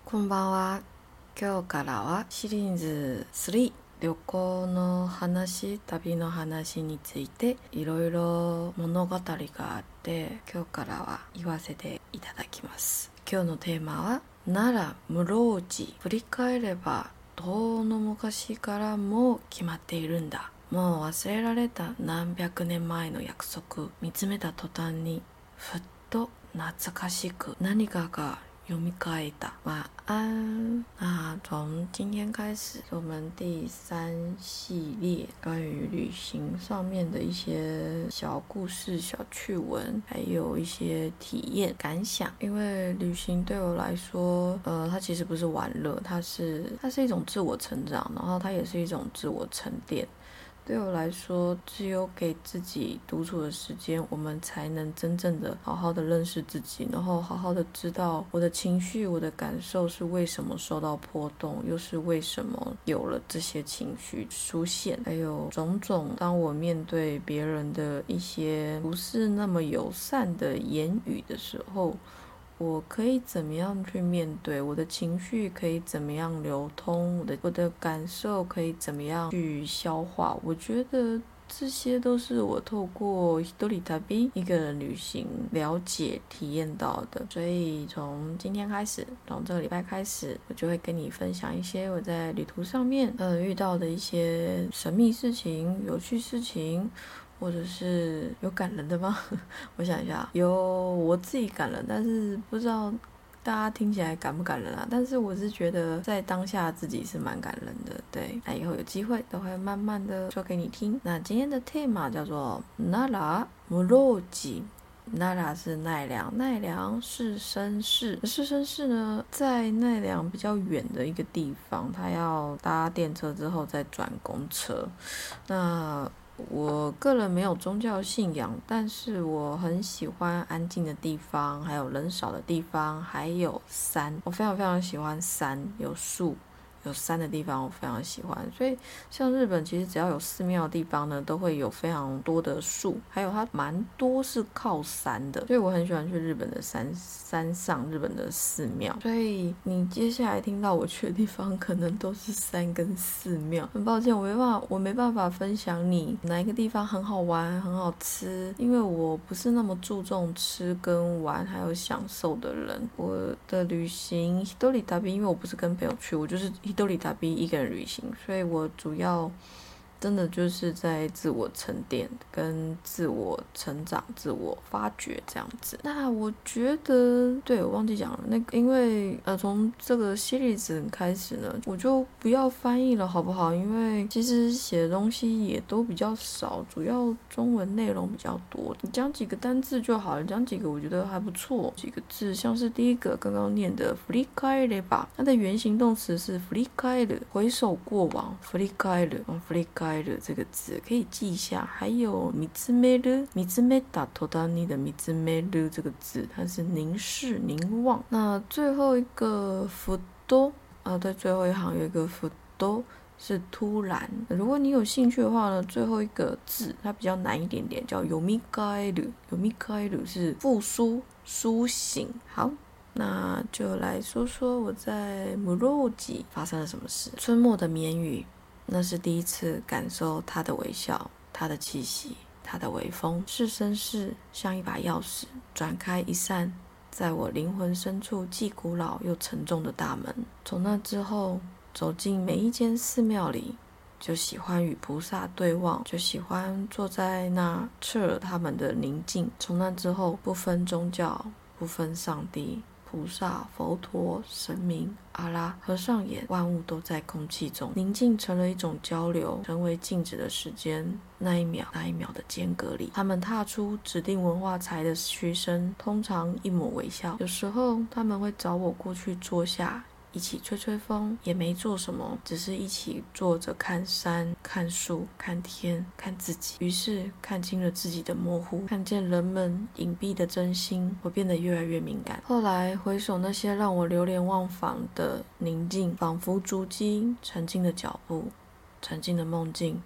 こんばんは。今日からはシリーズ3旅行の話、旅の話についていろいろ物語があって、今日からは言わせていただきます。今日のテーマは奈良室生寺。振り返れば遠の昔からもう決まっているんだ。もう忘れられた何百年前の約束。見つめた途端にふっと懐かしく何かが読み替えた。晚安。那从今天开始，我们第3系列关于旅行上面的一些小故事、小趣闻，还有一些体验感想。因为旅行对我来说，它其实不是玩乐，它是一种自我成长，然后它也是一种自我沉淀。对我来说，只有给自己独处的时间，我们才能真正的好好的认识自己，然后好好的知道我的情绪、我的感受是为什么受到波动，又是为什么有了这些情绪出现，还有种种当我面对别人的一些不是那么友善的言语的时候，我可以怎么样去面对我的情绪，可以怎么样流通，我的感受可以怎么样去消化。我觉得这些都是我透过一人旅一个人旅行了解体验到的。所以从今天开始，从这个礼拜开始，我就会跟你分享一些我在旅途上面遇到的一些神秘事情、有趣事情，或者是有感人的吗？我想一下，有我自己感人，但是不知道大家听起来感不感人啊？但是我是觉得在当下自己是蛮感人的。对，那以后有机会都会慢慢的说给你听。那今天的 tema 叫做奈良室生。奈良是奈良，奈良市生市。市生市呢，在奈良比较远的一个地方，它要搭电车之后再转公车。那我个人没有宗教信仰，但是我很喜欢安静的地方，还有人少的地方，还有山。我非常非常喜欢山，有树有山的地方我非常喜欢。所以像日本其实只要有寺庙的地方呢，都会有非常多的树，还有它蛮多是靠山的，所以我很喜欢去日本的山上，日本的寺庙。所以你接下来听到我去的地方可能都是山跟寺庙。很抱歉，我没办法分享你哪一个地方很好玩很好吃，因为我不是那么注重吃跟玩还有享受的人。我的旅行一人旅，因为我不是跟朋友去，我就是一人旅一个人旅行，所以我主要真的就是在自我沉淀跟自我成长、自我发掘这样子。那我觉得，对，我忘记讲了，那个因为从这个系列子开始呢，我就不要翻译了好不好？因为其实写的东西也都比较少，主要中文内容比较多，你讲几个单字就好了，讲几个我觉得还不错。几个字像是第一个刚刚念的振り返れば，它的原形动词是振り返る，回首过往。振り返る，振り返る这个字可以记一下。还有見つめる，見つめた途端に的見つめる这个字，它是凝视、凝望。那最后一个ふと对，最后一行有一个ふと是突然。如果你有兴趣的话呢，最后一个字它比较难一点点，叫読み返る。読み返る是复苏、苏醒。好，那就来说说我在室生发生了什么事。春末的绵雨，那是第一次感受它的微笑，它的气息，它的微风。市生市像一把钥匙，转开一扇在我灵魂深处既古老又沉重的大门。从那之后，走进每一间寺庙里，就喜欢与菩萨对望，就喜欢坐在那侧耳他们的宁静。从那之后，不分宗教，不分上帝、菩萨、佛陀、神明、阿拉，合上眼，万物都在空气中。宁静成了一种交流，成为静止的时间。那一秒的间隔里，他们踏出指定文化财的虚声，通常一抹微笑。有时候他们会找我过去坐下，一起吹吹风，也没做什么，只是一起坐着看山、看树、看天、看自己。于是看清了自己的模糊，看见人们隐蔽的真心，我变得越来越敏感。后来回首那些让我流连忘返的宁静，仿佛足迹沉静的脚步，沉静的梦境，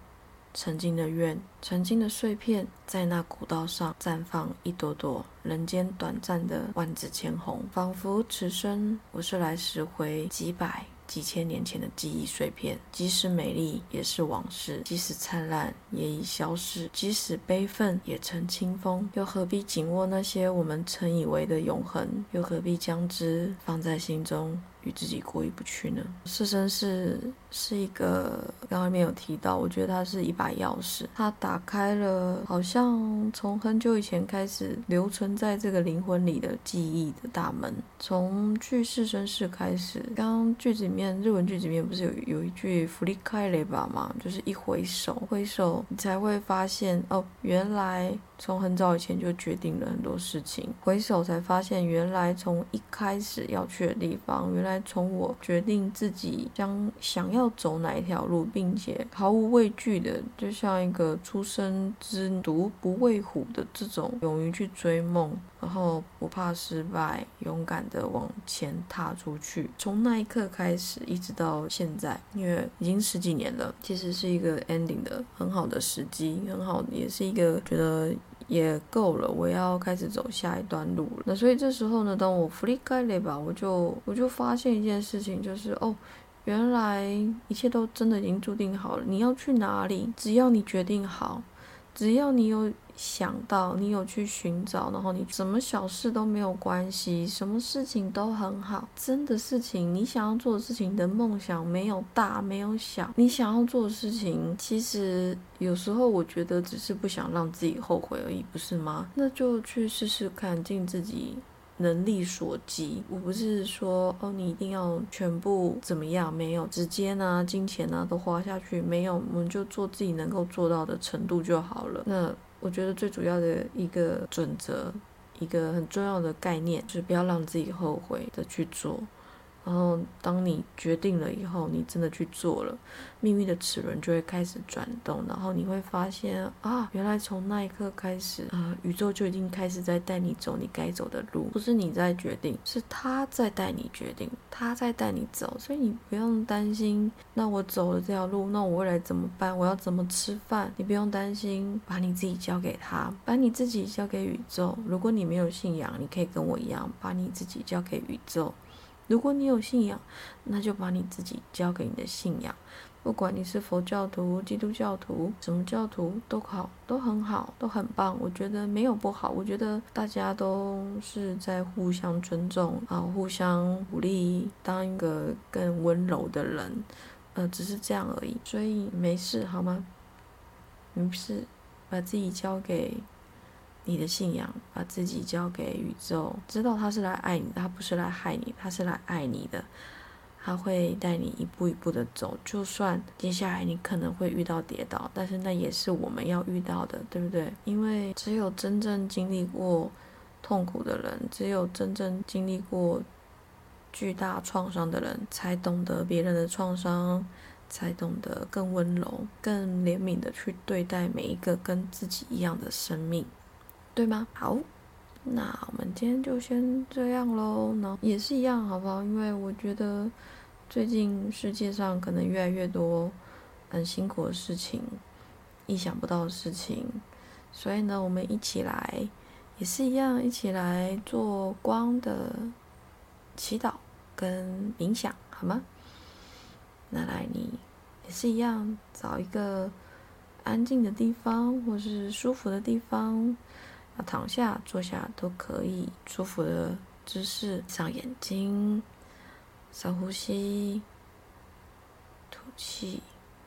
曾经的愿，曾经的碎片，在那古道上绽放一朵朵人间短暂的万紫千红，仿佛此生我是来拾回几百几千年前的记忆碎片，即使美丽也是往事，即使灿烂也已消逝，即使悲愤也成清风，又何必紧握那些我们曾以为的永恒，又何必将之放在心中与自己过意不去呢？四生是一个刚刚没有提到，我觉得它是一把钥匙，它打开了好像从很久以前开始留存在这个灵魂里的记忆的大门。从去四生世开始，刚刚句子里面日文句子里面不是有一句振り返れば嘛，就是一回首你才会发现哦，原来从很早以前就决定了很多事情，回首才发现原来从一开始要去的地方，原来从我决定自己想要走哪一条路，并且毫无畏惧的，就像一个初生之犊不畏虎的这种勇于去追梦，然后不怕失败，勇敢的往前踏出去。从那一刻开始一直到现在，因为已经10几年了，其实是一个 ending 的很好的时机，很好，也是一个觉得也够了，我要开始走下一段路了。那所以这时候呢，当我振り返れば，我就发现一件事情，就是原来一切都真的已经注定好了。你要去哪里，只要你决定好，只要你有想到，你有去寻找，然后你什么小事都没有关系，什么事情都很好。真的事情，你想要做的事情，你的梦想没有大，没有小，你想要做的事情，其实有时候我觉得只是不想让自己后悔而已，不是吗？那就去试试看，尽自己能力所及。我不是说你一定要全部怎么样，没有，时间啊金钱啊都花下去，没有，我们就做自己能够做到的程度就好了。那我觉得最主要的一个准则，一个很重要的概念，就是不要让自己后悔的去做。然后当你决定了以后，你真的去做了，命运的齿轮就会开始转动，然后你会发现啊，原来从那一刻开始宇宙就已经开始在带你走你该走的路，不是你在决定，是他在带你决定，他在带你走。所以你不用担心，那我走了这条路，那我未来怎么办，我要怎么吃饭，你不用担心，把你自己交给他，把你自己交给宇宙。如果你没有信仰，你可以跟我一样，把你自己交给宇宙。如果你有信仰，那就把你自己交给你的信仰，不管你是佛教徒、基督教徒、什么教徒都好，都很好，都很棒。我觉得没有不好，我觉得大家都是在互相尊重互相鼓励，当一个更温柔的人，只是这样而已。所以没事好吗？没事，把自己交给你的信仰，把自己交给宇宙，知道他是来爱你的，他不是来害你，他是来爱你的，他会带你一步一步的走，就算接下来你可能会遇到跌倒，但是那也是我们要遇到的，对不对？因为只有真正经历过痛苦的人，只有真正经历过巨大创伤的人，才懂得别人的创伤，才懂得更温柔、更怜悯的去对待每一个跟自己一样的生命，对吗？好，那我们今天就先这样咯。那也是一样，好不好？因为我觉得最近世界上可能越来越多很辛苦的事情，意想不到的事情，所以呢，我们一起来，也是一样，一起来做光的祈祷跟冥想，好吗？那来，你也是一样，找一个安静的地方，或是舒服的地方。要躺下、坐下都可以，舒服的姿势，闭上眼睛，深呼吸，吐气，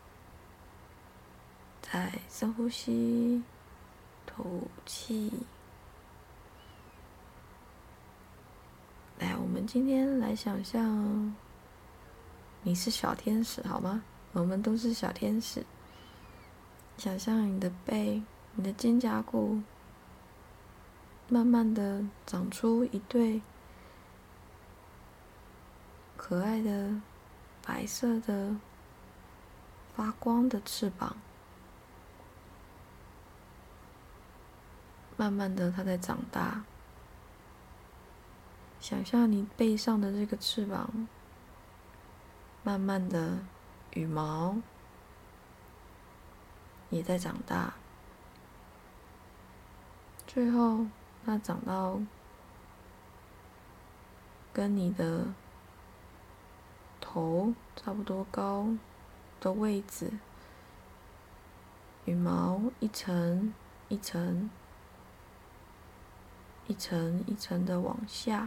再深呼吸，吐气。来，我们今天来想象你是小天使，好吗？我们都是小天使。想象你的背、你的肩胛骨慢慢的长出一对可爱的白色的发光的翅膀，慢慢的它在长大。想象你背上的这个翅膀慢慢的羽毛也在长大，最后它长到跟你的头差不多高的位置，羽毛一层一层一层一层的往下，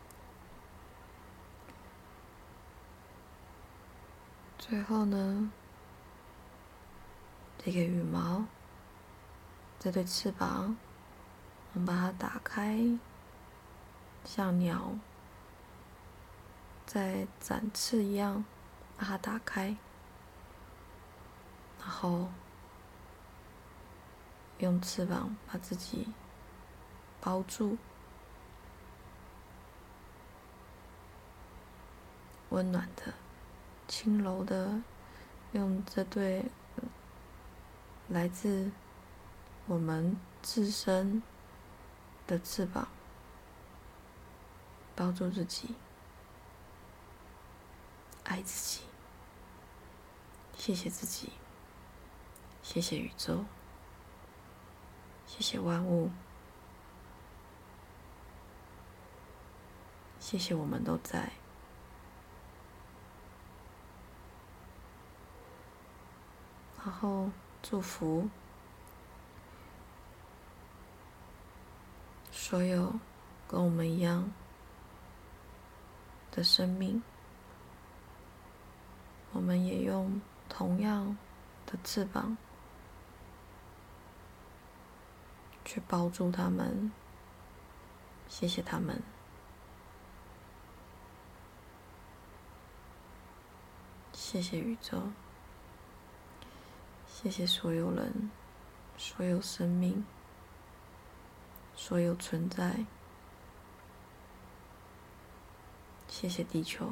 最后呢，这个羽毛，这对翅膀，我们把它打开，像鸟在展翅一样，把它打开，然后用翅膀把自己包住，温暖的、轻柔的，用这对来自我们自身的翅膀包住自己，爱自己，谢谢自己，谢谢宇宙，谢谢万物，谢谢我们都在。然后祝福所有跟我们一样的生命，我们也用同样的翅膀去包住他们，谢谢他们，谢谢宇宙，谢谢所有人，所有生命，所有存在，谢谢地球。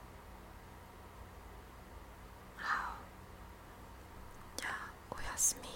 好，じゃあおやすみ。